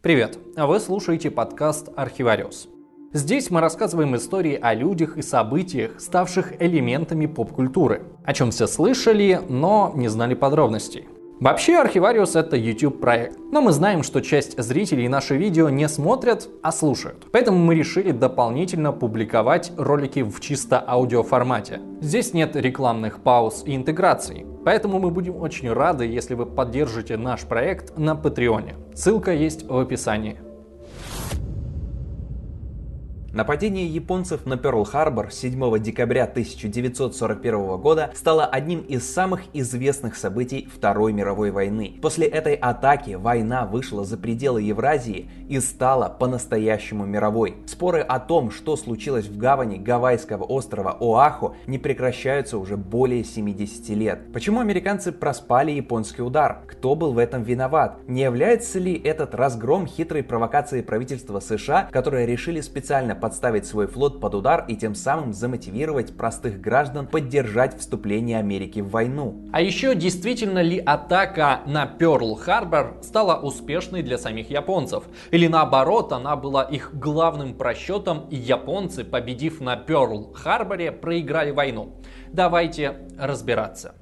Привет! Вы слушаете подкаст «Архивариус». Здесь мы рассказываем истории о людях и событиях, ставших элементами поп-культуры, о чем все слышали, но не знали подробностей. Вообще, «Архивариус» — это YouTube-проект, но мы знаем, что часть зрителей наши видео не смотрят, а слушают. Поэтому мы решили дополнительно публиковать ролики в чисто аудиоформате. Здесь нет рекламных пауз и интеграций, поэтому мы будем очень рады, если вы поддержите наш проект на Патреоне. Ссылка есть в описании. Нападение японцев на Пёрл-Харбор 7 декабря 1941 года стало одним из самых известных событий Второй мировой войны. После этой атаки война вышла за пределы Евразии и стала по-настоящему мировой. Споры о том, что случилось в гавани гавайского острова Оаху, не прекращаются уже более 70 лет. Почему американцы проспали японский удар? Кто был в этом виноват? Не является ли этот разгром хитрой провокацией правительства США, которые решили специально подставить свой флот под удар и тем самым замотивировать простых граждан поддержать вступление Америки в войну? А еще, действительно ли атака на Пёрл-Харбор стала успешной для самих японцев? Или наоборот, она была их главным просчетом, и японцы, победив на Пёрл-Харборе, проиграли войну? Давайте разбираться.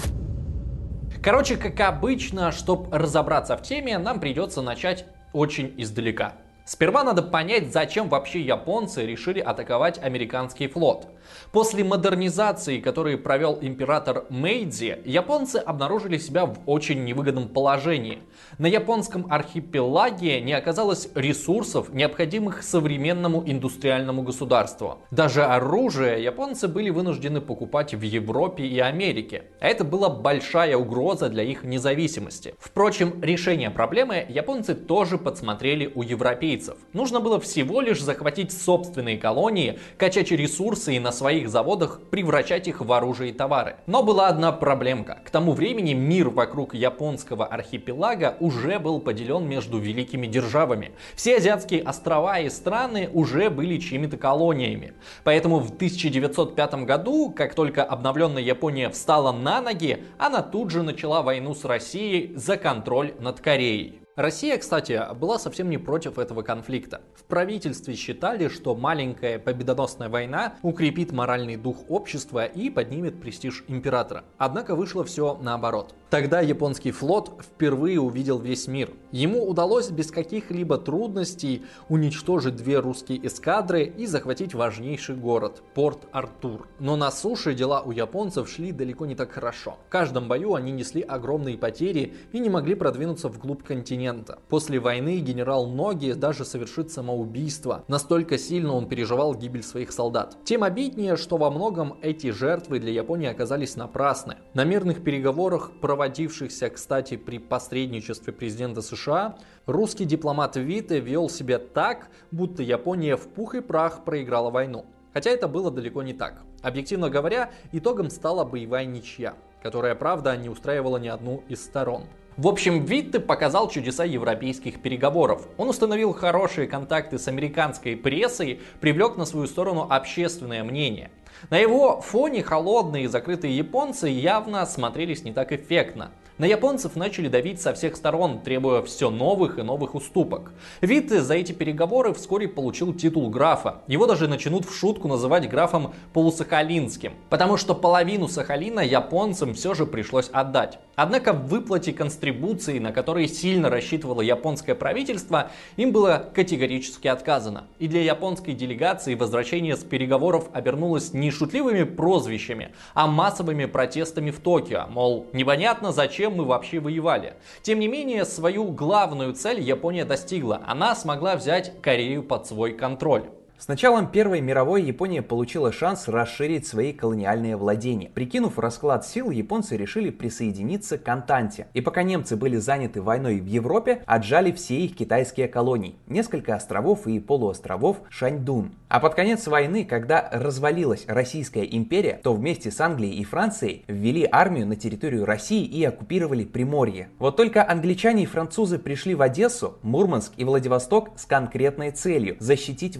Короче, как обычно, чтобы разобраться в теме, нам придется начать очень издалека. Сперва надо понять, зачем вообще японцы решили атаковать американский флот. После модернизации, которую провел император Мэйдзи, японцы обнаружили себя в очень невыгодном положении. На японском архипелаге не оказалось ресурсов, необходимых современному индустриальному государству. Даже оружие японцы были вынуждены покупать в Европе и Америке. А это была большая угроза для их независимости. Впрочем, решение проблемы японцы тоже подсмотрели у европейцев. Нужно было всего лишь захватить собственные колонии, качать ресурсы и на своих заводах превращать их в оружие и товары. Но была одна проблемка. К тому времени мир вокруг японского архипелага уже был поделен между великими державами. Все азиатские острова и страны уже были чьими-то колониями. Поэтому в 1905 году, как только обновленная Япония встала на ноги, она тут же начала войну с Россией за контроль над Кореей. Россия, кстати, была совсем не против этого конфликта. В правительстве считали, что маленькая победоносная война укрепит моральный дух общества и поднимет престиж императора. Однако вышло все наоборот. Тогда японский флот впервые увидел весь мир. Ему удалось без каких-либо трудностей уничтожить 2 русские эскадры и захватить важнейший город – Порт-Артур. Но на суше дела у японцев шли далеко не так хорошо. В каждом бою они несли огромные потери и не могли продвинуться вглубь континента. После войны генерал Ноги даже совершит самоубийство. Настолько сильно он переживал гибель своих солдат. Тем обиднее, что во многом эти жертвы для Японии оказались напрасны. На мирных переговорах, проводившихся, кстати, при посредничестве президента США, русский дипломат Витте вел себя так, будто Япония в пух и прах проиграла войну. Хотя это было далеко не так. Объективно говоря, итогом стала боевая ничья, которая, правда, не устраивала ни одну из сторон. В общем, Витте показал чудеса европейских переговоров. Он установил хорошие контакты с американской прессой, привлек на свою сторону общественное мнение. На его фоне холодные и закрытые японцы явно смотрелись не так эффектно. На японцев начали давить со всех сторон, требуя все новых и новых уступок. Витте за эти переговоры вскоре получил титул графа. Его даже начнут в шутку называть графом полусахалинским, потому что половину Сахалина японцам все же пришлось отдать. Однако в выплате контрибуций, на которые сильно рассчитывало японское правительство, им было категорически отказано. И для японской делегации возвращение с переговоров обернулось не шутливыми прозвищами, а массовыми протестами в Токио. Мол, непонятно, зачем мы вообще воевали. Тем не менее, свою главную цель Япония достигла. Она смогла взять Корею под свой контроль. С началом Первой мировой Япония получила шанс расширить свои колониальные владения. Прикинув расклад сил, японцы решили присоединиться к Антанте. И пока немцы были заняты войной в Европе, отжали все их китайские колонии, несколько островов и полуостровов Шаньдун. А под конец войны, когда развалилась Российская империя, то вместе с Англией и Францией ввели армию на территорию России и оккупировали Приморье. Вот только англичане и французы пришли в Одессу, Мурманск и Владивосток с конкретной целью – защитить военные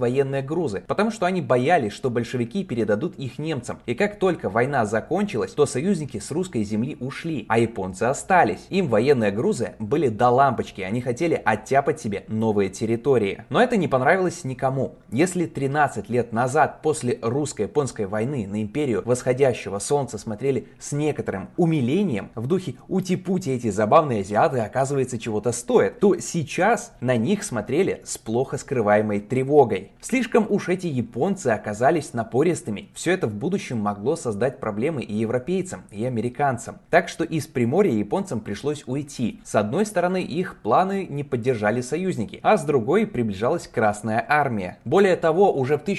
грузы, потому что они боялись, что большевики передадут их немцам. И как только война закончилась, то союзники с русской земли ушли, а японцы остались. Им военные грузы были до лампочки, они хотели оттяпать себе новые территории. Но это не понравилось никому. Если 13 лет назад, после русско-японской войны, на империю восходящего солнца смотрели с некоторым умилением, в духе ути-пути эти забавные азиаты, оказывается, чего-то стоят, то сейчас на них смотрели с плохо скрываемой тревогой. Слишком уж эти японцы оказались напористыми. Все это в будущем могло создать проблемы и европейцам, и американцам. Так что из Приморья японцам пришлось уйти. С одной стороны, их планы не поддержали союзники, а с другой приближалась Красная Армия. Более того, уже в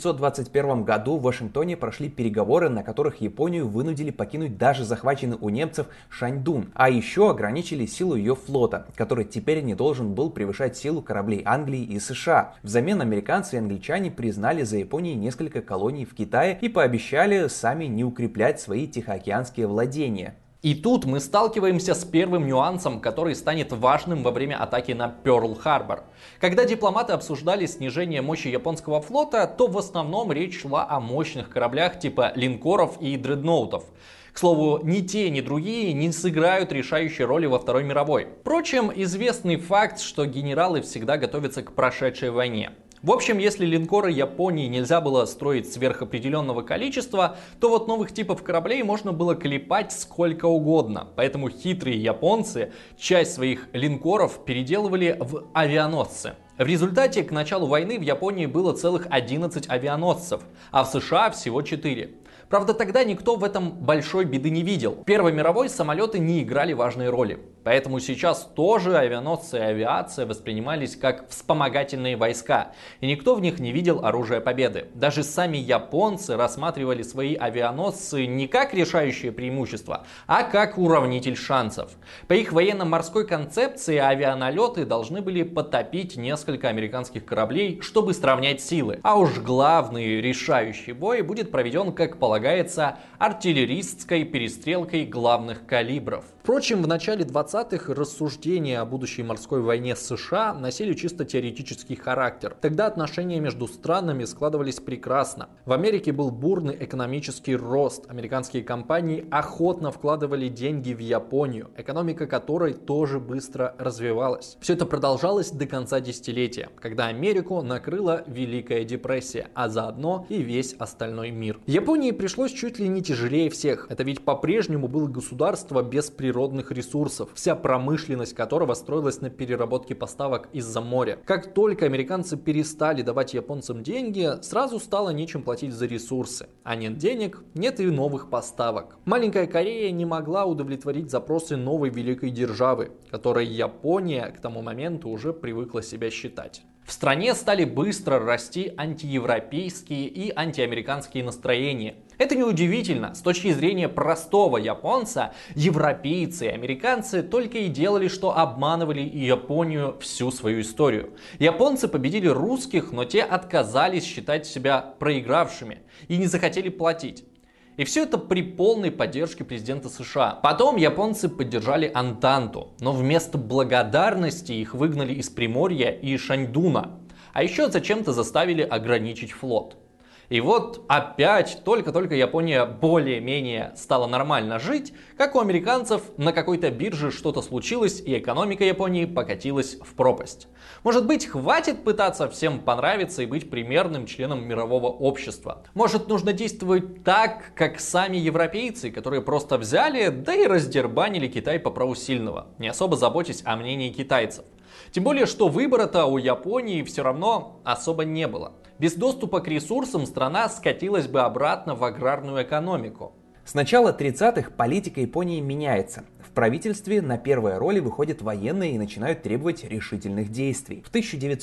1921 году в Вашингтоне прошли переговоры, на которых Японию вынудили покинуть даже захваченный у немцев Шаньдун, а еще ограничили силу ее флота, который теперь не должен был превышать силу кораблей Англии и США. Взамен американцы и англичане признали за Японией несколько колоний в Китае и пообещали сами не укреплять свои тихоокеанские владения. И тут мы сталкиваемся с первым нюансом, который станет важным во время атаки на Пёрл-Харбор. Когда дипломаты обсуждали снижение мощи японского флота, то в основном речь шла о мощных кораблях типа линкоров и дредноутов. К слову, ни те, ни другие не сыграют решающей роли во Второй мировой. Впрочем, известный факт, что генералы всегда готовятся к прошедшей войне. В общем, если линкоры Японии нельзя было строить сверхопределенного количества, то вот новых типов кораблей можно было клепать сколько угодно. Поэтому хитрые японцы часть своих линкоров переделывали в авианосцы. В результате к началу войны в Японии было целых 11 авианосцев, а в США всего 4. Правда, тогда никто в этом большой беды не видел. В Первой мировой самолеты не играли важной роли. Поэтому сейчас тоже авианосцы и авиация воспринимались как вспомогательные войска, и никто в них не видел оружия победы. Даже сами японцы рассматривали свои авианосцы не как решающее преимущество, а как уравнитель шансов. По их военно-морской концепции авианалеты должны были потопить несколько американских кораблей, чтобы сравнять силы. А уж главный решающий бой будет проведен, как полагается, артиллеристской перестрелкой главных калибров. Впрочем, в начале 20-х рассуждения о будущей морской войне с США носили чисто теоретический характер. Тогда отношения между странами складывались прекрасно. В Америке был бурный экономический рост. Американские компании охотно вкладывали деньги в Японию, экономика которой тоже быстро развивалась. Все это продолжалось до конца десятилетия, когда Америку накрыла Великая депрессия, а заодно и весь остальной мир. Японии пришлось чуть ли не тяжелее всех. Это ведь по-прежнему было государство без природных ресурсов, вся промышленность которого строилась на переработке поставок из-за моря. Как только американцы перестали давать японцам деньги, сразу стало нечем платить за ресурсы. А нет денег, нет и новых поставок. Маленькая Корея не могла удовлетворить запросы новой великой державы, которой Япония к тому моменту уже привыкла себя считать. В стране стали быстро расти антиевропейские и антиамериканские настроения. Это неудивительно. С точки зрения простого японца, европейцы и американцы только и делали, что обманывали Японию всю свою историю. Японцы победили русских, но те отказались считать себя проигравшими и не захотели платить. И все это при полной поддержке президента США. Потом японцы поддержали Антанту, но вместо благодарности их выгнали из Приморья и Шаньдуна. А еще зачем-то заставили ограничить флот. И вот опять, только-только Япония более-менее стала нормально жить, как у американцев на какой-то бирже что-то случилось, и экономика Японии покатилась в пропасть. Может быть, хватит пытаться всем понравиться и быть примерным членом мирового общества? Может, нужно действовать так, как сами европейцы, которые просто взяли, да и раздербанили Китай по праву сильного, не особо заботясь о мнении китайцев. Тем более, что выбора-то у Японии все равно особо не было. Без доступа к ресурсам страна скатилась бы обратно в аграрную экономику. С начала 30-х политика Японии меняется. В правительстве на первые роли выходят военные и начинают требовать решительных действий. В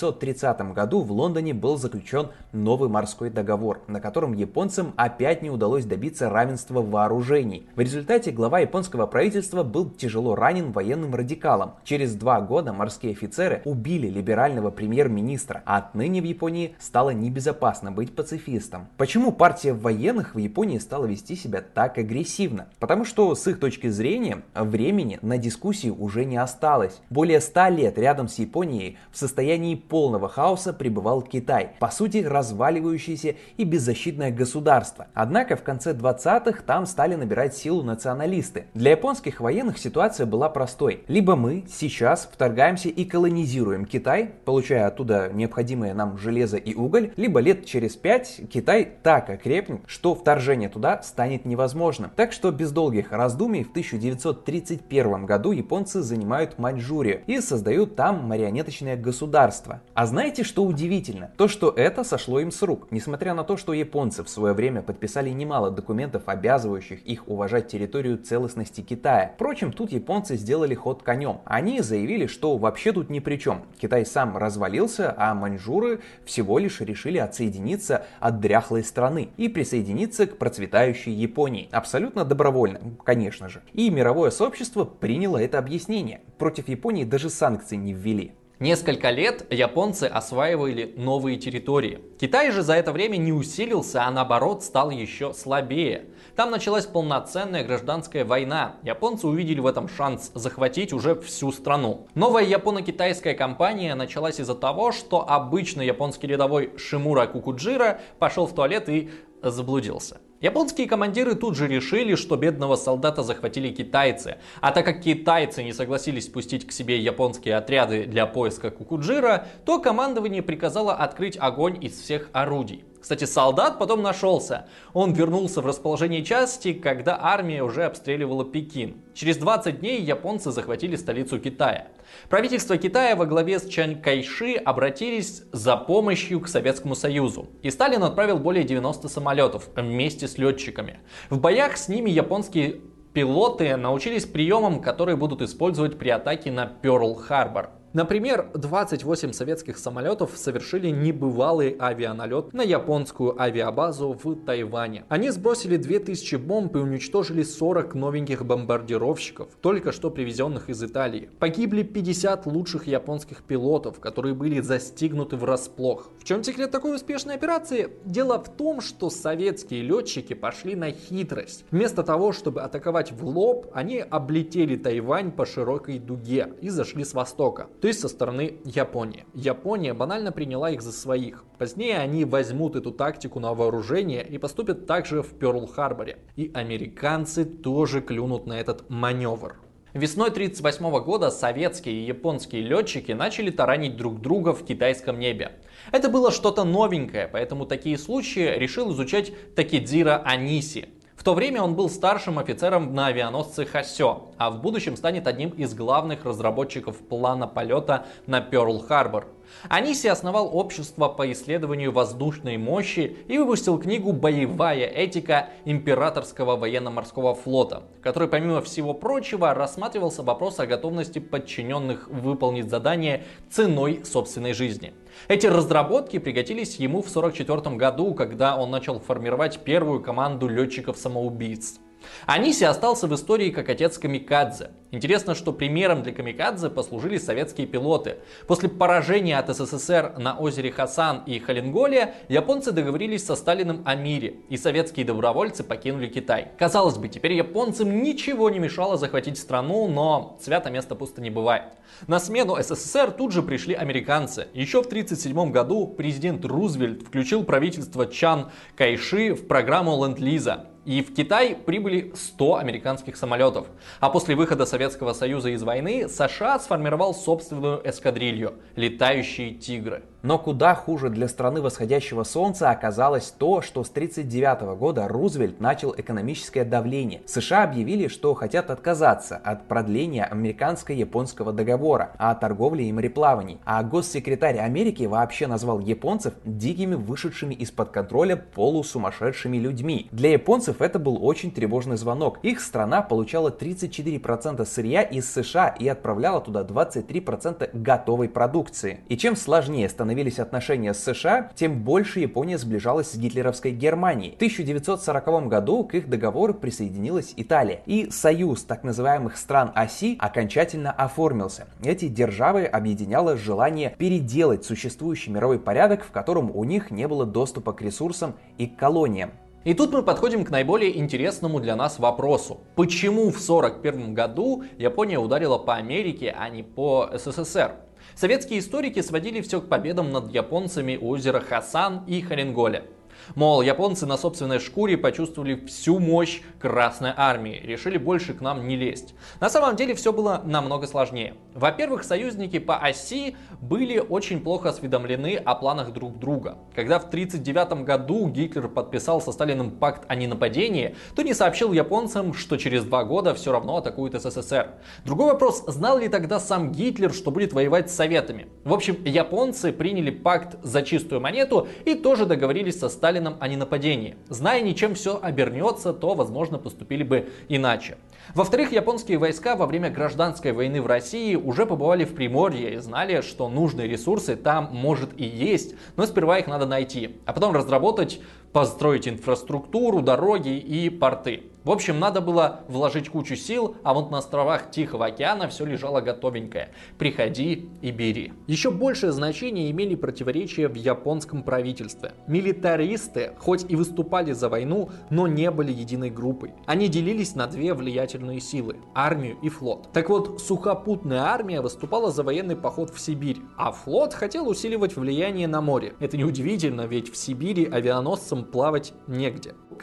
1930 году в Лондоне был заключен новый морской договор, на котором японцам опять не удалось добиться равенства вооружений. В результате глава японского правительства был тяжело ранен военным радикалом. Через 2 года морские офицеры убили либерального премьер-министра, а отныне в Японии стало небезопасно быть пацифистом. Почему партия военных в Японии стала вести себя так так агрессивно? Потому что с их точки зрения времени на дискуссии уже не осталось. Более 100 лет рядом с Японией в состоянии полного хаоса пребывал Китай, по сути разваливающееся и беззащитное государство. Однако в конце 20-х там стали набирать силу националисты. Для японских военных ситуация была простой. Либо мы сейчас вторгаемся и колонизируем Китай, получая оттуда необходимое нам железо и уголь, либо лет через 5 Китай так окрепнет, что вторжение туда станет невозможным. Так что без долгих раздумий в 1931 году японцы занимают Маньчжурию и создают там марионеточное государство. А знаете, что удивительно? То, что это сошло им с рук. Несмотря на то, что японцы в свое время подписали немало документов, обязывающих их уважать территорию целостности Китая. Впрочем, тут японцы сделали ход конем. Они заявили, что вообще тут ни при чем. Китай сам развалился, а маньчжуры всего лишь решили отсоединиться от дряхлой страны и присоединиться к процветающей Японии. Абсолютно добровольно, конечно же. И мировое сообщество приняло это объяснение. Против Японии даже санкций не ввели. Несколько лет японцы осваивали новые территории. Китай же за это время не усилился, а наоборот стал еще слабее. Там началась полноценная гражданская война. Японцы увидели в этом шанс захватить уже всю страну. Новая японо-китайская кампания началась из-за того, что обычный японский рядовой Шимура Кукуджира пошел в туалет и заблудился. Японские командиры тут же решили, что бедного солдата захватили китайцы. А так как китайцы не согласились пустить к себе японские отряды для поиска Кукуджира, то командование приказало открыть огонь из всех орудий. Кстати, солдат потом нашелся. Он вернулся в расположение части, когда армия уже обстреливала Пекин. Через 20 дней японцы захватили столицу Китая. Правительство Китая во главе с Чан Кайши обратились за помощью к Советскому Союзу. И Сталин отправил более 90 самолетов вместе с летчиками. В боях с ними японские пилоты научились приемам, которые будут использовать при атаке на Пёрл-Харбор. Например, 28 советских самолетов совершили небывалый авианалет на японскую авиабазу в Тайване. Они сбросили 2000 бомб и уничтожили 40 новеньких бомбардировщиков, только что привезенных из Италии. Погибли 50 лучших японских пилотов, которые были застигнуты врасплох. В чем секрет такой успешной операции? Дело в том, что советские летчики пошли на хитрость. Вместо того, чтобы атаковать в лоб, они облетели Тайвань по широкой дуге и зашли с востока. То есть со стороны Японии. Япония банально приняла их за своих. Позднее они возьмут эту тактику на вооружение и поступят также в Пёрл-Харборе. И американцы тоже клюнут на этот маневр. Весной 1938 года советские и японские летчики начали таранить друг друга в китайском небе. Это было что-то новенькое, поэтому такие случаи решил изучать Такедзиро Аниси. В то время он был старшим офицером на авианосце Хасё, а в будущем станет одним из главных разработчиков плана полета на Пёрл-Харбор. Аниси основал общество по исследованию воздушной мощи и выпустил книгу «Боевая этика императорского военно-морского флота», в которой, помимо всего прочего, рассматривался вопрос о готовности подчиненных выполнить задание ценой собственной жизни. Эти разработки пригодились ему в 1944 году, когда он начал формировать первую команду летчиков-самоубийц. Аниси остался в истории как отец камикадзе. Интересно, что примером для камикадзе послужили советские пилоты. После поражения от СССР на озере Хасан и Холинголе японцы договорились со Сталиным о мире, и советские добровольцы покинули Китай. Казалось бы, теперь японцам ничего не мешало захватить страну, но свято место пусто не бывает. На смену СССР тут же пришли американцы. Еще в 1937 году президент Рузвельт включил правительство Чан Кайши в программу Ленд-Лиза. И в Китай прибыли 100 американских самолетов. А после выхода Советского Союза из войны США сформировал собственную эскадрилью – летающие тигры. Но куда хуже для страны восходящего солнца оказалось то, что с 1939 года Рузвельт начал экономическое давление. США объявили, что хотят отказаться от продления американско-японского договора о торговле и мореплавании. А госсекретарь Америки вообще назвал японцев дикими, вышедшими из-под контроля полусумасшедшими людьми. Для японцев это был очень тревожный звонок. Их страна получала 34% сырья из США и отправляла туда 23% готовой продукции. И чем сложнее становились отношения с США, тем больше Япония сближалась с гитлеровской Германией. В 1940 году к их договору присоединилась Италия, и союз так называемых стран оси окончательно оформился. Эти державы объединяло желание переделать существующий мировой порядок, в котором у них не было доступа к ресурсам и к колониям. И тут мы подходим к наиболее интересному для нас вопросу. Почему в 1941 году Япония ударила по Америке, а не по СССР? Советские историки сводили все к победам над японцами у озера Хасан и Харинголе. Мол, японцы на собственной шкуре почувствовали всю мощь Красной Армии, решили больше к нам не лезть. На самом деле все было намного сложнее. Во-первых, союзники по оси были очень плохо осведомлены о планах друг друга. Когда в 1939 году Гитлер подписал со Сталиным пакт о ненападении, то не сообщил японцам, что через 2 года все равно атакуют СССР. Другой вопрос, знал ли тогда сам Гитлер, что будет воевать с Советами? В общем, японцы приняли пакт за чистую монету и тоже договорились со Сталиным о ненападении. Зная, чем все обернется, то, возможно, поступили бы иначе. Во-вторых, японские войска во время гражданской войны в России уже побывали в Приморье и знали, что нужные ресурсы там, может, и есть, но сперва их надо найти, а потом разработать, построить инфраструктуру, дороги и порты. В общем, надо было вложить кучу сил, а вот на островах Тихого океана все лежало готовенькое. Приходи и бери. Еще большее значение имели противоречия в японском правительстве. Милитаристы, хоть и выступали за войну, но не были единой группой. Они делились на две влиятельные силы – армию и флот. Так вот, сухопутная армия выступала за военный поход в Сибирь, а флот хотел усиливать влияние на море. Это неудивительно, ведь в Сибири авианосцам плавать негде. К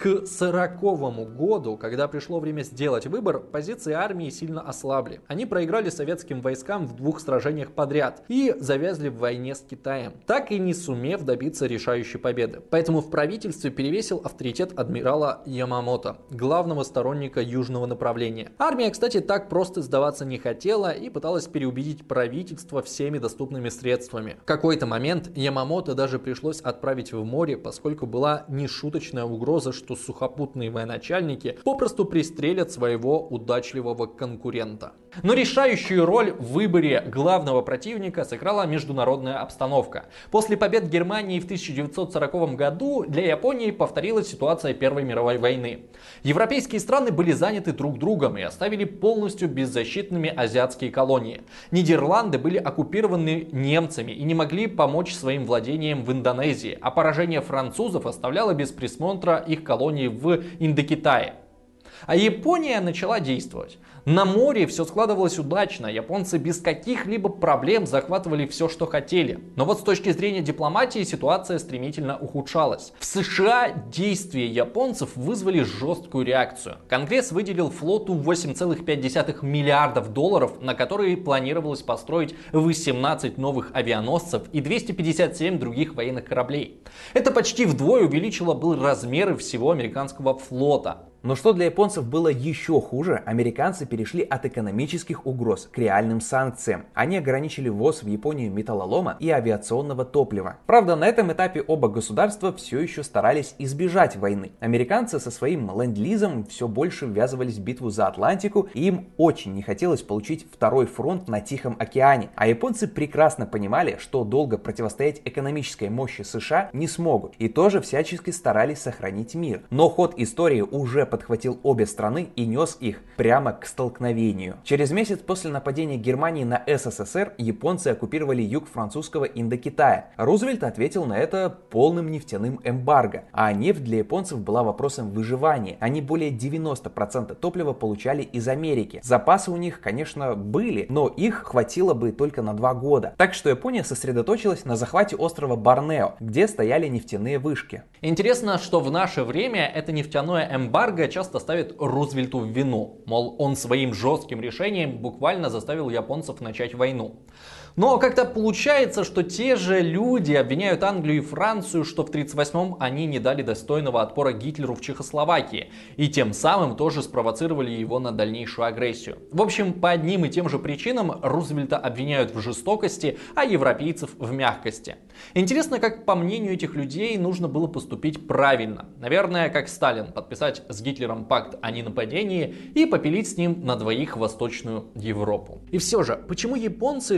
1940 году, когда пришло время сделать выбор, позиции армии сильно ослабли. Они проиграли советским войскам в 2 сражениях подряд и завязли в войне с Китаем, так и не сумев добиться решающей победы. Поэтому в правительстве перевесил авторитет адмирала Ямамото, главного сторонника южного направления. Армия, кстати, так просто сдаваться не хотела и пыталась переубедить правительство всеми доступными средствами. В какой-то момент Ямамото даже пришлось отправить в море, поскольку была нешуточная угроза, что сухопутные военачальники попросту пристрелят своего удачливого конкурента. Но решающую роль в выборе главного противника сыграла международная обстановка. После побед Германии в 1940 году для Японии повторилась ситуация Первой мировой войны. Европейские страны были заняты друг другом и оставили полностью беззащитными азиатские колонии. Нидерланды были оккупированы немцами и не могли помочь своим владениям в Индонезии, а поражение французов оставляло без присмотра их колонии в Индокитае. А Япония начала действовать. На море все складывалось удачно, японцы без каких-либо проблем захватывали все, что хотели. Но вот с точки зрения дипломатии ситуация стремительно ухудшалась. В США действия японцев вызвали жесткую реакцию. Конгресс выделил флоту $8,5 миллиардов, на которые планировалось построить 18 новых авианосцев и 257 других военных кораблей. Это почти вдвое увеличило был размеры всего американского флота. Но что для японцев было еще хуже, американцы перешли от экономических угроз к реальным санкциям. Они ограничили ввоз в Японию металлолома и авиационного топлива. Правда, на этом этапе оба государства все еще старались избежать войны. Американцы со своим ленд-лизом все больше ввязывались в битву за Атлантику, и им очень не хотелось получить второй фронт на Тихом океане. А японцы прекрасно понимали, что долго противостоять экономической мощи США не смогут, и тоже всячески старались сохранить мир. Но ход истории уже подхватил обе страны и нес их прямо к столкновению. Через месяц после нападения Германии на СССР японцы оккупировали юг французского Индокитая. Рузвельт ответил на это полным нефтяным эмбарго, а нефть для японцев была вопросом выживания. Они более 90% топлива получали из Америки. Запасы у них, конечно, были, но их хватило бы только на 2 года. Так что Япония сосредоточилась на захвате острова Борнео, где стояли нефтяные вышки. Интересно, что в наше время это нефтяное эмбарго часто ставит Рузвельту в вину. Мол, он своим жестким решением буквально заставил японцев начать войну. Но как-то получается, что те же люди обвиняют Англию и Францию, что в 1938-м они не дали достойного отпора Гитлеру в Чехословакии, и тем самым тоже спровоцировали его на дальнейшую агрессию. В общем, по одним и тем же причинам Рузвельта обвиняют в жестокости, а европейцев в мягкости. Интересно, как по мнению этих людей нужно было поступить правильно. Наверное, как Сталин, подписать с Гитлером пакт о ненападении и попилить с ним на двоих Восточную Европу. И все же, почему японцы решили атаковать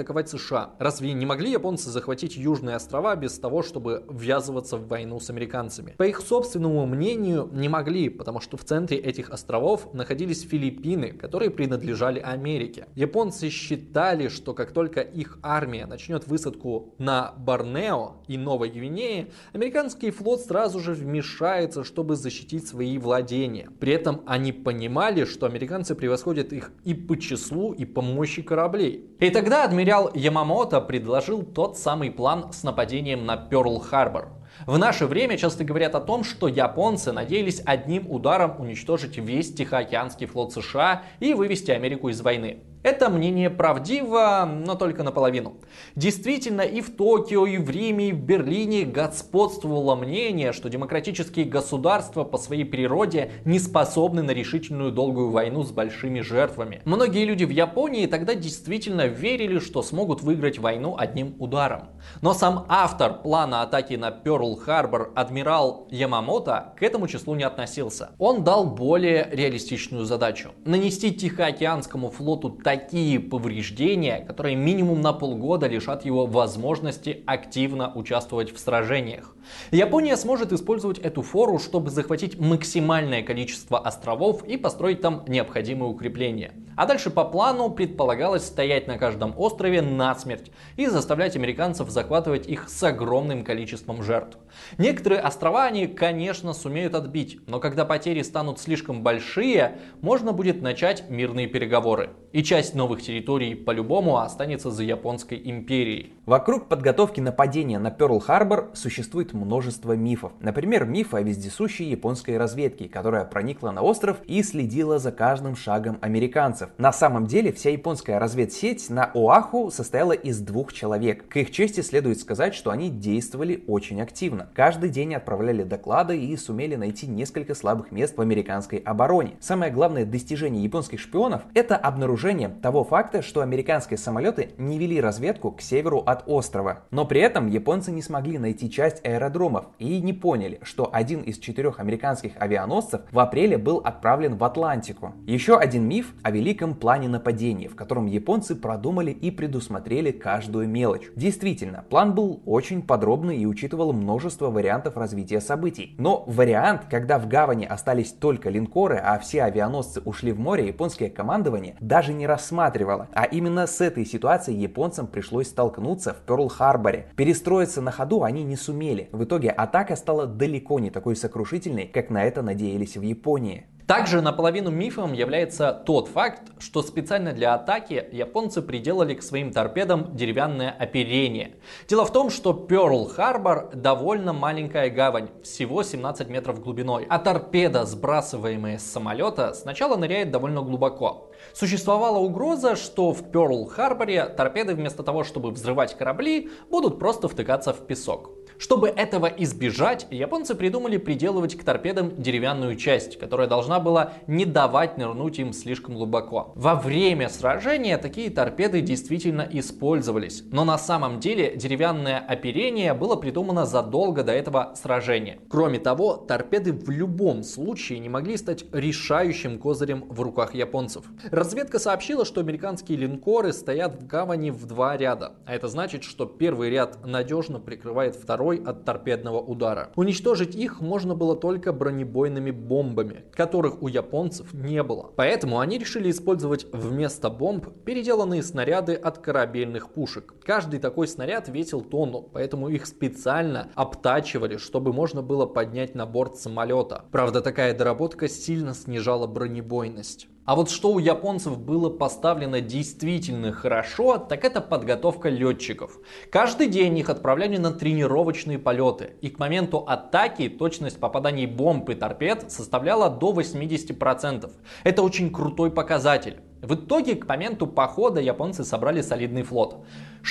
атаковать США. Разве не могли японцы захватить Южные острова без того, чтобы ввязываться в войну с американцами? По их собственному мнению, не могли, потому что в центре этих островов находились Филиппины, которые принадлежали Америке. Японцы считали, что как только их армия начнет высадку на Борнео и Новой Гвинее, американский флот сразу же вмешается, чтобы защитить свои владения. При этом они понимали, что американцы превосходят их и по числу, и по мощи кораблей. И тогда адмирал Ямамото предложил тот самый план с нападением на Пёрл-Харбор. В наше время часто говорят о том, что японцы надеялись одним ударом уничтожить весь Тихоокеанский флот США и вывести Америку из войны. Это мнение правдиво, но только наполовину. Действительно, и в Токио, и в Риме, и в Берлине господствовало мнение, что демократические государства по своей природе не способны на решительную долгую войну с большими жертвами. Многие люди в Японии тогда действительно верили, что смогут выиграть войну одним ударом. Но сам автор плана атаки на Пёрл-Харбор, адмирал Ямамото, к этому числу не относился. Он дал более реалистичную задачу – нанести Тихоокеанскому флоту такие повреждения, которые минимум на полгода лишат его возможности активно участвовать в сражениях. Япония сможет использовать эту фору, чтобы захватить максимальное количество островов и построить там необходимые укрепления. А дальше по плану предполагалось стоять на каждом острове насмерть и заставлять американцев захватывать их с огромным количеством жертв. Некоторые острова они, конечно, сумеют отбить, но когда потери станут слишком большие, можно будет начать мирные переговоры. И часть новых территорий по-любому останется за Японской империей. Вокруг подготовки нападения на Пёрл-Харбор существует множество мифов. Например, миф о вездесущей японской разведке, которая проникла на остров и следила за каждым шагом американцев. На самом деле, вся японская разведсеть на Оаху состояла из 2 человек. К их чести следует сказать, что они действовали очень активно. Каждый день отправляли доклады и сумели найти несколько слабых мест в американской обороне. Самое главное достижение японских шпионов – это обнаружение того факта, что американские самолеты не вели разведку к северу от острова. Но при этом японцы не смогли найти часть аэродромов и не поняли, что один из 4 американских авианосцев в апреле был отправлен в Атлантику. Еще один миф о великом плане нападения, в котором японцы продумали и предусмотрели каждую мелочь. Действительно, план был очень подробный и учитывал множество вариантов развития событий. Но вариант, когда в гавани остались только линкоры, а все авианосцы ушли в море, японское командование даже не рассматривало. А именно с этой ситуацией японцам пришлось столкнуться в Пёрл-Харборе. Перестроиться на ходу они не сумели. В итоге атака стала далеко не такой сокрушительной, как на это надеялись в Японии. Также наполовину мифом является тот факт, что специально для атаки японцы приделали к своим торпедам деревянное оперение. Дело в том, что Пёрл-Харбор довольно маленькая гавань, всего 17 метров глубиной, а торпеда, сбрасываемая с самолета, сначала ныряет довольно глубоко. Существовала угроза, что в Пёрл-Харборе торпеды вместо того, чтобы взрывать корабли, будут просто втыкаться в песок. Чтобы этого избежать, японцы придумали приделывать к торпедам деревянную часть, которая должна была не давать нырнуть им слишком глубоко. Во время сражения такие торпеды действительно использовались, но на самом деле деревянное оперение было придумано задолго до этого сражения. Кроме того, торпеды в любом случае не могли стать решающим козырем в руках японцев. Разведка сообщила, что американские линкоры стоят в гавани в 2 ряда, а это значит, что первый ряд надежно прикрывает второй от торпедного удара. Уничтожить их можно было только бронебойными бомбами, которых у японцев не было. Поэтому они решили использовать вместо бомб переделанные снаряды от корабельных пушек. Каждый такой снаряд весил тонну, поэтому их специально обтачивали, чтобы можно было поднять на борт самолета. Правда, такая доработка сильно снижала бронебойность. А вот что у японцев было поставлено действительно хорошо, так это подготовка летчиков. Каждый день их отправляли на тренировочные полеты, и к моменту атаки точность попаданий бомб и торпед составляла до 80%. Это очень крутой показатель. В итоге к моменту похода японцы собрали солидный флот.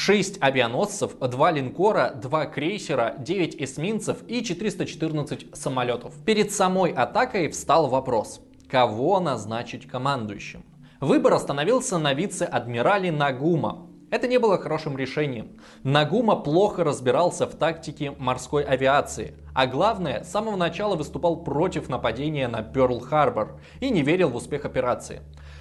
6 авианосцев, 2 линкора, 2 крейсера, 9 эсминцев и 414 самолетов. Перед самой атакой встал вопрос: кого назначить командующим? Выбор остановился на вице-адмирале Нагума. Это не было хорошим решением. Нагума плохо разбирался в тактике морской авиации, а главное, с самого начала выступал против нападения на Пёрл-Харбор и не верил в успех операции.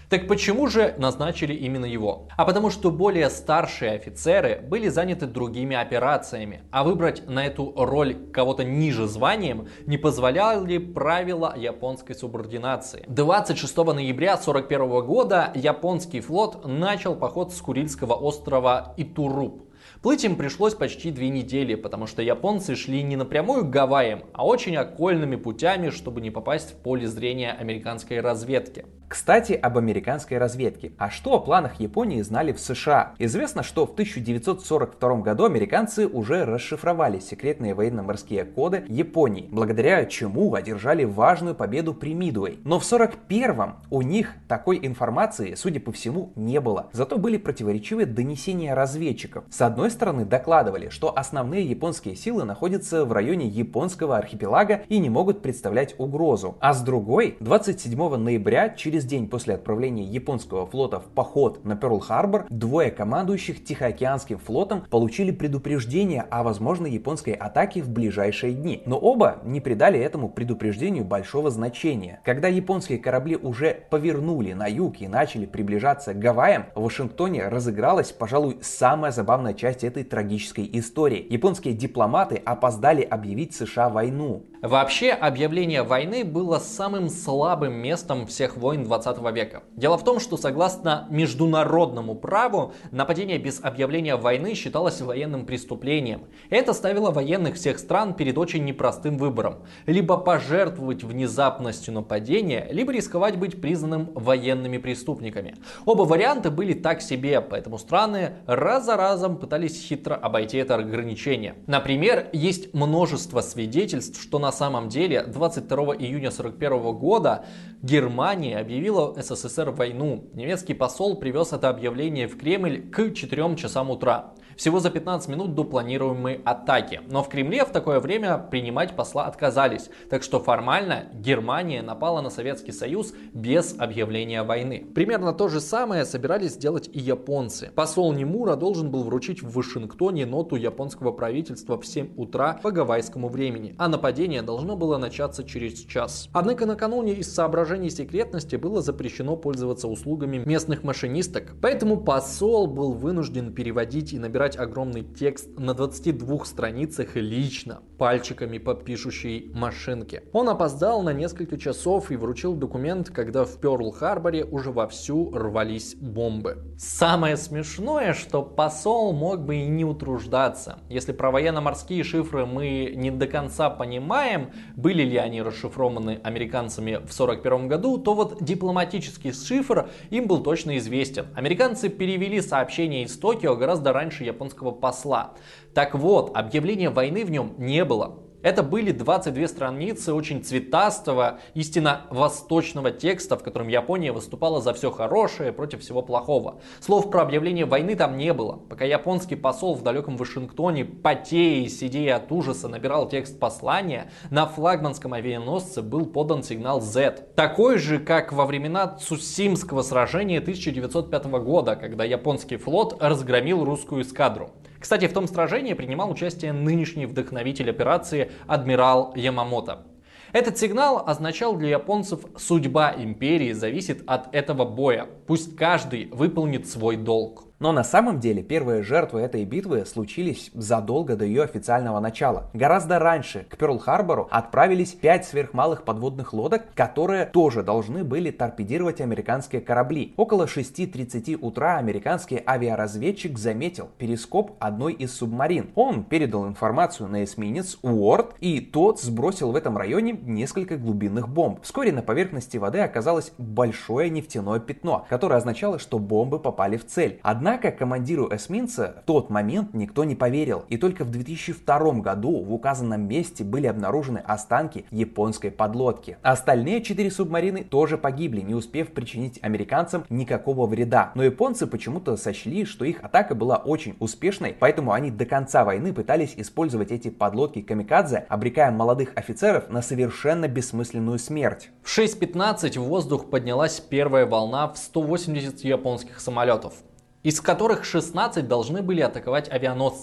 Так почему же назначили именно его? А потому что более старшие офицеры были заняты другими операциями, а выбрать на эту роль кого-то ниже званием не позволяли правила японской субординации. 26 ноября 1941 года японский флот начал поход с Курильского острова Итуруп. Плыть им пришлось почти 2 недели, потому что японцы шли не напрямую к Гавайям, а очень окольными путями, чтобы не попасть в поле зрения американской разведки. Кстати, об американской разведке. А что о планах Японии знали в США? Известно, что в 1942 году американцы уже расшифровали секретные военно-морские коды Японии, благодаря чему одержали важную победу при Мидуэй. Но в 1941 у них такой информации, судя по всему, не было. Зато были противоречивые донесения разведчиков. С одной стороны, докладывали, что основные японские силы находятся в районе японского архипелага и не могут представлять угрозу. А с другой, 27 ноября, через день после отправления японского флота в поход на Пёрл-Харбор, двое командующих Тихоокеанским флотом получили предупреждение о возможной японской атаке в ближайшие дни. Но оба не придали этому предупреждению большого значения. Когда японские корабли уже повернули на юг и начали приближаться к Гавайям, в Вашингтоне разыгралась, пожалуй, самая забавная часть этой трагической истории. Японские дипломаты опоздали объявить США войну. Вообще, объявление войны было самым слабым местом всех войн 20 века. Дело в том, что согласно международному праву, нападение без объявления войны считалось военным преступлением. Это ставило военных всех стран перед очень непростым выбором. Либо пожертвовать внезапностью нападения, либо рисковать быть признанным военными преступниками. Оба варианта были так себе, поэтому страны раз за разом пытались хитро обойти это ограничение. Например, есть множество свидетельств, что на самом деле 22 июня 1941 года Германия объявила СССР войну. Немецкий посол привез это объявление в Кремль к 4 часам утра. Всего за 15 минут до планируемой атаки. Но в Кремле в такое время принимать посла отказались. Так что формально Германия напала на Советский Союз без объявления войны. Примерно то же самое собирались сделать и японцы. Посол Нимура должен был вручить в Вашингтоне ноту японского правительства в 7 утра по гавайскому времени. А нападение должно было начаться через час. Однако накануне из соображений секретности было запрещено пользоваться услугами местных машинисток. Поэтому посол был вынужден переводить и набирать огромный текст на 22 страницах лично, пальчиками по пишущей машинке. Он опоздал на несколько часов и вручил документ, когда в Пёрл-Харборе уже вовсю рвались бомбы. Самое смешное, что посол мог бы и не утруждаться. Если про военно-морские шифры мы не до конца понимаем, были ли они расшифрованы американцами в 1941 году, то вот дипломатический шифр им был точно известен. Американцы перевели сообщение из Токио гораздо раньше японского посла. Так вот, объявления войны в нем не было. Это были 22 страницы очень цветастого, истинно восточного текста, в котором Япония выступала за все хорошее против всего плохого. Слов про объявление войны там не было. Пока японский посол в далеком Вашингтоне, потея и сидея от ужаса, набирал текст послания, на флагманском авианосце был подан сигнал Z. Такой же, как во времена Цусимского сражения 1905 года, когда японский флот разгромил русскую эскадру. Кстати, в том сражении принимал участие нынешний вдохновитель операции адмирал Ямамото. Этот сигнал означал для японцев: судьба империи зависит от этого боя. Пусть каждый выполнит свой долг. Но на самом деле первые жертвы этой битвы случились задолго до ее официального начала. Гораздо раньше к Пёрл-Харбору отправились 5 сверхмалых подводных лодок, которые тоже должны были торпедировать американские корабли. Около 6:30 утра американский авиаразведчик заметил перископ одной из субмарин. Он передал информацию на эсминец Уорд, и тот сбросил в этом районе несколько глубинных бомб. Вскоре на поверхности воды оказалось большое нефтяное пятно, которое означало, что бомбы попали в цель. Однако командиру эсминца в тот момент никто не поверил, и только в 2002 году в указанном месте были обнаружены останки японской подлодки. Остальные 4 субмарины тоже погибли, не успев причинить американцам никакого вреда. Но японцы почему-то сочли, что их атака была очень успешной, поэтому они до конца войны пытались использовать эти подлодки камикадзе, обрекая молодых офицеров на совершенно бессмысленную смерть. В 6:15 в воздух поднялась первая волна в 180 японских самолетов, из которых 16 должны были атаковать авианосцы.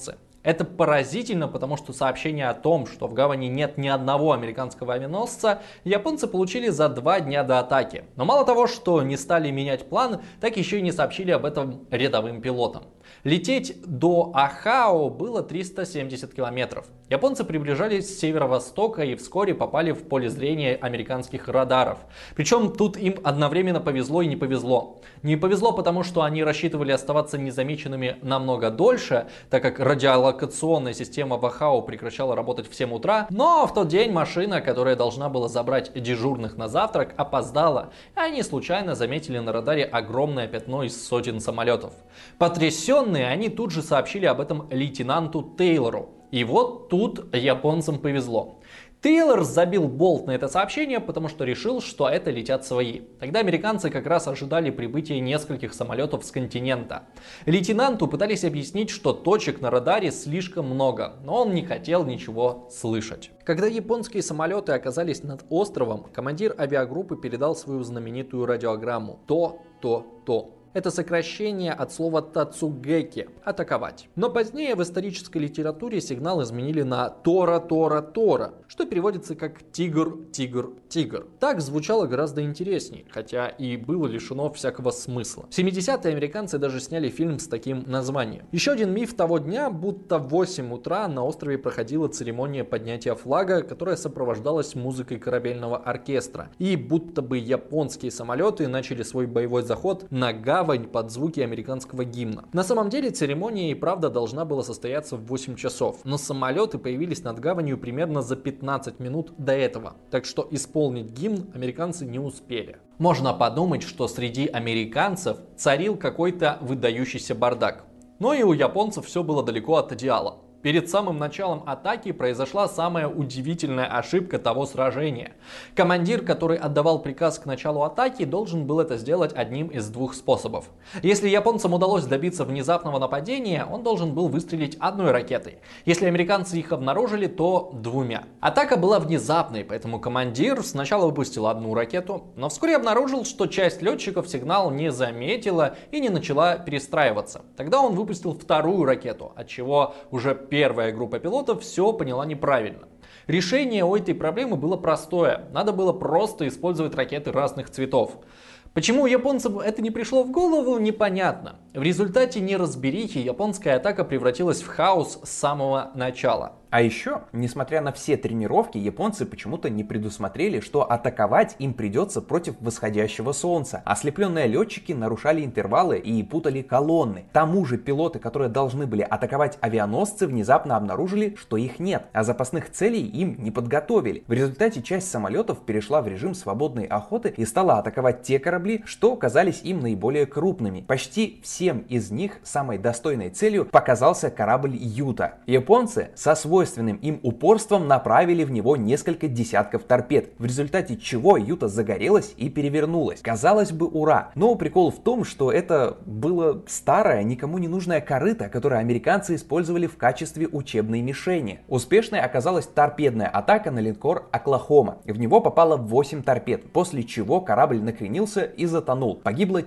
Это поразительно, потому что сообщение о том, что в гавани нет ни одного американского авианосца, японцы получили за 2 дня до атаки. Но мало того, что не стали менять план, так еще и не сообщили об этом рядовым пилотам. Лететь до Ахао было 370 километров. Японцы приближались с северо-востока и вскоре попали в поле зрения американских радаров. Причем тут им одновременно повезло и не повезло. Не повезло, потому что они рассчитывали оставаться незамеченными намного дольше, так как радиолокационная система в Ахао прекращала работать в 7 утра. Но в тот день машина, которая должна была забрать дежурных на завтрак, опоздала. И они случайно заметили на радаре огромное пятно из сотен самолетов. Потрясенные, они тут же сообщили об этом лейтенанту Тейлору. И вот тут японцам повезло. Тейлор забил болт на это сообщение, потому что решил, что это летят свои. Тогда американцы как раз ожидали прибытия нескольких самолетов с континента. Лейтенанту пытались объяснить, что точек на радаре слишком много, но он не хотел ничего слышать. Когда японские самолеты оказались над островом, командир авиагруппы передал свою знаменитую радиограмму «То-то-то». Это сокращение от слова «тацугеки» — «атаковать». Но позднее в исторической литературе сигнал изменили на «тора-тора-тора», что переводится как «тигр, тигр, тигр». Так звучало гораздо интереснее, хотя и было лишено всякого смысла. В 70-е американцы даже сняли фильм с таким названием. Еще один миф того дня, будто в 8 утра на острове проходила церемония поднятия флага, которая сопровождалась музыкой корабельного оркестра. И будто бы японские самолеты начали свой боевой заход на гавань под звуки американского гимна. На самом деле церемония и правда должна была состояться в 8 часов, но самолеты появились над гаванью примерно за 15 минут до этого, так что исполнить гимн американцы не успели. Можно подумать, что среди американцев царил какой-то выдающийся бардак. Но и у японцев все было далеко от идеала. Перед самым началом атаки произошла самая удивительная ошибка того сражения. Командир, который отдавал приказ к началу атаки, должен был это сделать одним из двух способов. Если японцам удалось добиться внезапного нападения, он должен был выстрелить одной ракетой. Если американцы их обнаружили, то 2. Атака была внезапной, поэтому командир сначала выпустил одну ракету, но вскоре обнаружил, что часть летчиков сигнал не заметила и не начала перестраиваться. Тогда он выпустил 2-ю ракету, отчего уже первая группа пилотов все поняла неправильно. Решение у этой проблемы было простое. Надо было просто использовать ракеты разных цветов. Почему японцам это не пришло в голову, непонятно. В результате неразберихи японская атака превратилась в хаос с самого начала. А еще, несмотря на все тренировки, японцы почему-то не предусмотрели, что атаковать им придется против восходящего солнца. Ослепленные летчики нарушали интервалы и путали колонны. К тому же пилоты, которые должны были атаковать авианосцы, внезапно обнаружили, что их нет, а запасных целей им не подготовили. В результате часть самолетов перешла в режим свободной охоты и стала атаковать те корабли, что казались им наиболее крупными. Почти всем из них самой достойной целью показался корабль Юта. Японцы со свойственным им упорством направили в него несколько десятков торпед, в результате чего Юта загорелась и перевернулась. Казалось бы, ура! Но прикол в том, что это было старое, никому не нужное корыто, которое американцы использовали в качестве учебной мишени. Успешной оказалась торпедная атака на линкор Оклахома. В него попало 8 торпед, после чего корабль накренился и затонул. Погибло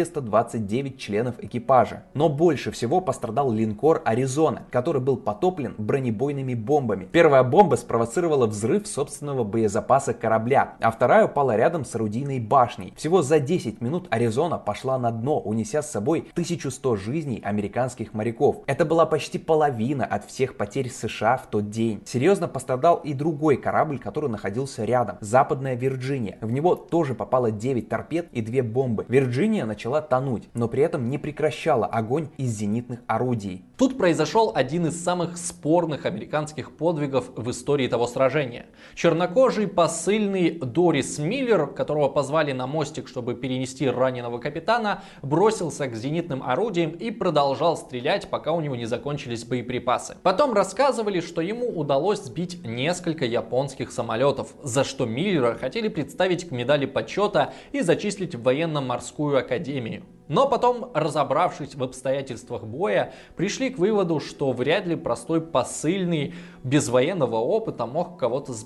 429 членов экипажа. Но больше всего пострадал линкор Аризона, который был потоплен бронебойными бомбами. Первая бомба спровоцировала взрыв собственного боезапаса корабля, а вторая упала рядом с орудийной башней. Всего за 10 минут Аризона пошла на дно, унеся с собой 1100 жизней американских моряков. Это была почти половина от всех потерь США в тот день. Серьезно пострадал и другой корабль, который находился рядом, Западная Вирджиния. В него тоже попало 9 торпед и 2 бомбы. Вирджиния начала тонуть, но при этом не прекращала огонь из зенитных орудий. Тут произошел один из самых спорных американских подвигов в истории того сражения. Чернокожий посыльный Дорис Миллер, которого позвали на мостик, чтобы перенести раненого капитана, бросился к зенитным орудиям и продолжал стрелять, пока у него не закончились боеприпасы. Потом рассказывали, что ему удалось сбить несколько японских самолетов, за что Миллера хотели представить к медали почета и зачислить в военно-морскую академию. Но потом, разобравшись в обстоятельствах боя, пришли к выводу, что вряд ли простой посыльный без военного опыта мог кого-то сбить.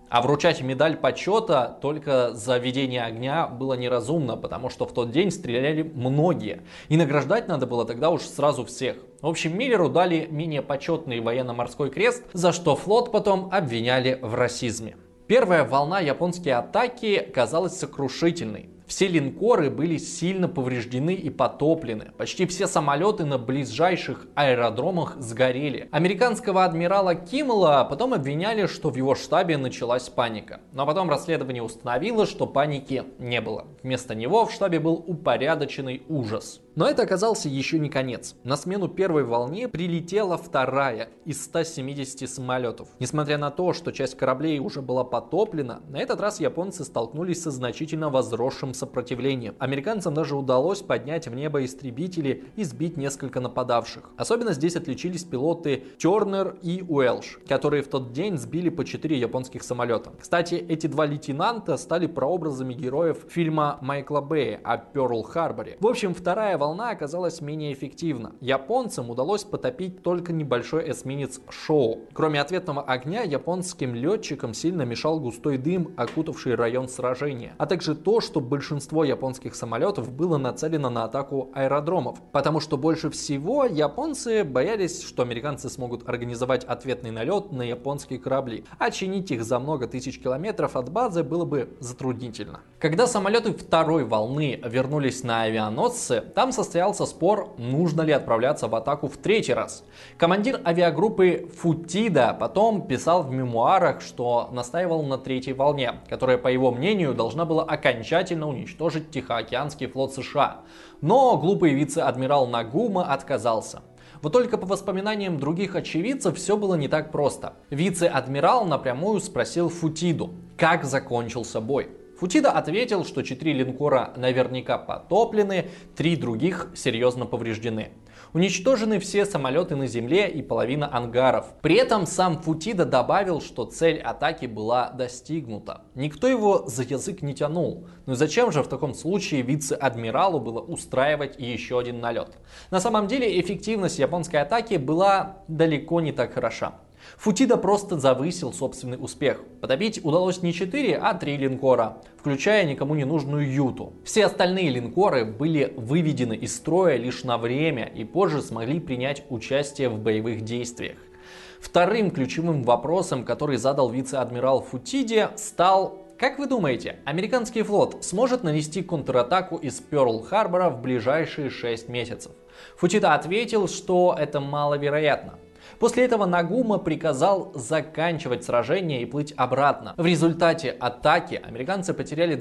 А вручать медаль почета только за ведение огня было неразумно, потому что в тот день стреляли многие. И награждать надо было тогда уж сразу всех. В общем, Миллеру дали менее почетный военно-морской крест, за что флот потом обвиняли в расизме. Первая волна японской атаки казалась сокрушительной. Все линкоры были сильно повреждены и потоплены. Почти все самолеты на ближайших аэродромах сгорели. Американского адмирала Киммела потом обвиняли, что в его штабе началась паника. Но потом расследование установило, что паники не было. Вместо него в штабе был упорядоченный ужас. Но это оказался еще не конец. На смену первой волне прилетела вторая из 170 самолетов. Несмотря на то, что часть кораблей уже была потоплена, на этот раз японцы столкнулись со значительно возросшим сопротивлением. Американцам даже удалось поднять в небо истребители и сбить несколько нападавших. Особенно здесь отличились пилоты Тернер и Уэлш, которые в тот день сбили по 4 японских самолета. Кстати, эти два лейтенанта стали прообразами героев фильма Майкла Бэя о Пёрл-Харборе. В общем, вторая волна оказалась менее эффективна. Японцам удалось потопить только небольшой эсминец Шоу. Кроме ответного огня, японским летчикам сильно мешал густой дым, окутавший район сражения, а также то, что большинство японских самолетов было нацелено на атаку аэродромов, потому что больше всего японцы боялись, что американцы смогут организовать ответный налет на японские корабли, а чинить их за много тысяч километров от базы было бы затруднительно. Когда самолеты второй волны вернулись на авианосцы, там состоялся спор, нужно ли отправляться в атаку в третий раз. Командир авиагруппы Футида потом писал в мемуарах, что настаивал на третьей волне, которая, по его мнению, должна была окончательно уничтожить Тихоокеанский флот США. Но глупый вице-адмирал Нагума отказался. Вот только по воспоминаниям других очевидцев все было не так просто. Вице-адмирал напрямую спросил Футиду, как закончился бой. Футида ответил, что 4 линкора наверняка потоплены, 3 других серьезно повреждены. Уничтожены все самолеты на земле и половина ангаров. При этом сам Футида добавил, что цель атаки была достигнута. Никто его за язык не тянул. Ну и зачем же в таком случае вице-адмиралу было устраивать еще один налет? На самом деле эффективность японской атаки была далеко не так хороша. Футида просто завысил собственный успех. Потопить удалось не 4, а 3 линкора, включая никому не нужную Юту. Все остальные линкоры были выведены из строя лишь на время и позже смогли принять участие в боевых действиях. Вторым ключевым вопросом, который задал вице-адмирал Футиде, стал: как вы думаете, американский флот сможет нанести контратаку из Пёрл-Харбора в ближайшие 6 месяцев? Футида ответил, что это маловероятно. После этого Нагума приказал заканчивать сражение и плыть обратно. В результате атаки американцы потеряли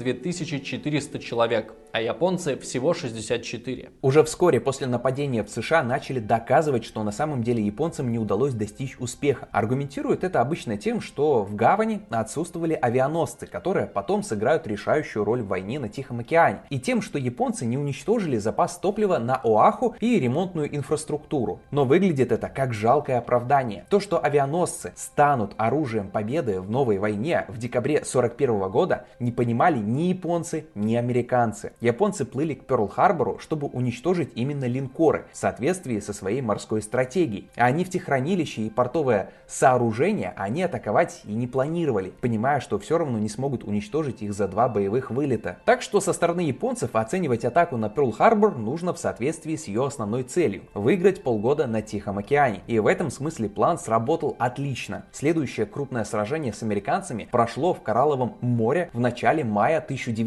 2400 человек, а японцы всего 64. Уже вскоре после нападения в США начали доказывать, что на самом деле японцам не удалось достичь успеха. Аргументируют это обычно тем, что в гавани отсутствовали авианосцы, которые потом сыграют решающую роль в войне на Тихом океане, и тем, что японцы не уничтожили запас топлива на Оаху и ремонтную инфраструктуру. Но выглядит это как жалкое оправдание. То, что авианосцы станут оружием победы в новой войне в декабре 1941 года, не понимали ни японцы, ни американцы. Японцы плыли к Пёрл-Харбору, чтобы уничтожить именно линкоры в соответствии со своей морской стратегией. А нефтехранилища и портовое сооружение они атаковать и не планировали, понимая, что все равно не смогут уничтожить их за 2 боевых вылета. Так что со стороны японцев оценивать атаку на Пёрл-Харбор нужно в соответствии с ее основной целью – выиграть полгода на Тихом океане. И в этом смысле план сработал отлично. Следующее крупное сражение с американцами прошло в Коралловом море в начале мая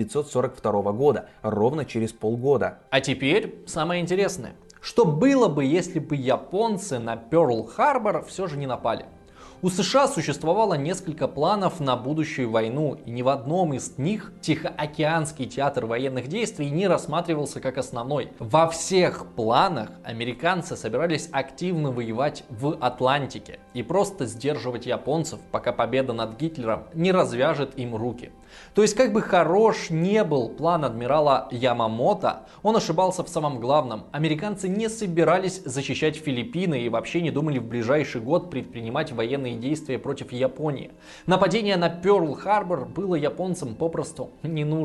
1942 года, ровно через полгода. А теперь самое интересное. Что было бы, если бы японцы на Пёрл-Харбор все же не напали? У США существовало несколько планов на будущую войну, и ни в одном из них Тихоокеанский театр военных действий не рассматривался как основной. Во всех планах американцы собирались активно воевать в Атлантике и просто сдерживать японцев, пока победа над Гитлером не развяжет им руки. То есть, как бы хорош не был план адмирала Ямамото, он ошибался в самом главном. Американцы не собирались защищать Филиппины и вообще не думали в ближайший год предпринимать военные действия против Японии. Нападение на Пёрл-Харбор было японцам попросту не нужно.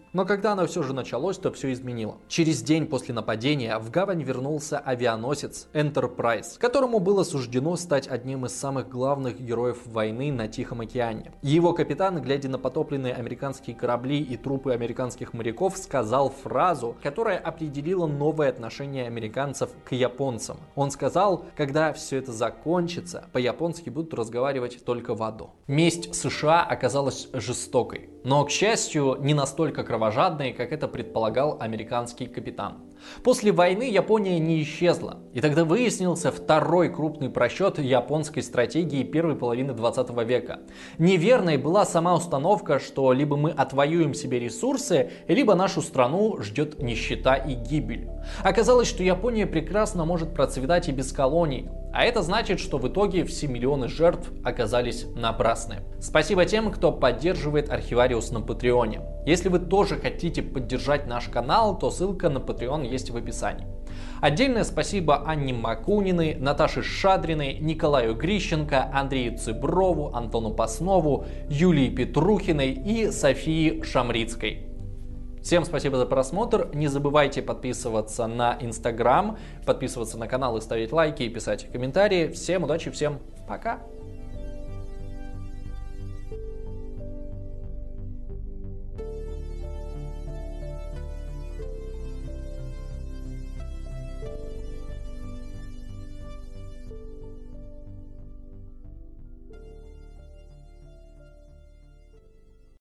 Но когда оно все же началось, то все изменило. Через день после нападения в гавань вернулся авианосец Enterprise, которому было суждено стать одним из самых главных героев войны на Тихом океане. Его капитан, глядя на потопленные американские корабли и трупы американских моряков, сказал фразу, которая определила новое отношение американцев к японцам. Он сказал: когда все это закончится, по-японски будут разговаривать только в аду. Месть США оказалась жестокой, но, к счастью, не настолько кровожадной, как это предполагал американский капитан. После войны Япония не исчезла, и тогда выяснился второй крупный просчет японской стратегии первой половины 20 века. Неверной была сама установка, что либо мы отвоюем себе ресурсы, либо нашу страну ждет нищета и гибель. Оказалось, что Япония прекрасно может процветать и без колоний, а это значит, что в итоге все миллионы жертв оказались напрасны. Спасибо тем, кто поддерживает Архивариус на Патреоне. Если вы тоже хотите поддержать наш канал, то ссылка на Patreon есть в описании. Отдельное спасибо Анне Макуниной, Наташе Шадриной, Николаю Грищенко, Андрею Цыброву, Антону Паснову, Юлии Петрухиной и Софии Шамрицкой. Всем спасибо за просмотр. Не забывайте подписываться на Instagram, подписываться на канал и ставить лайки и писать комментарии. Всем удачи, всем пока!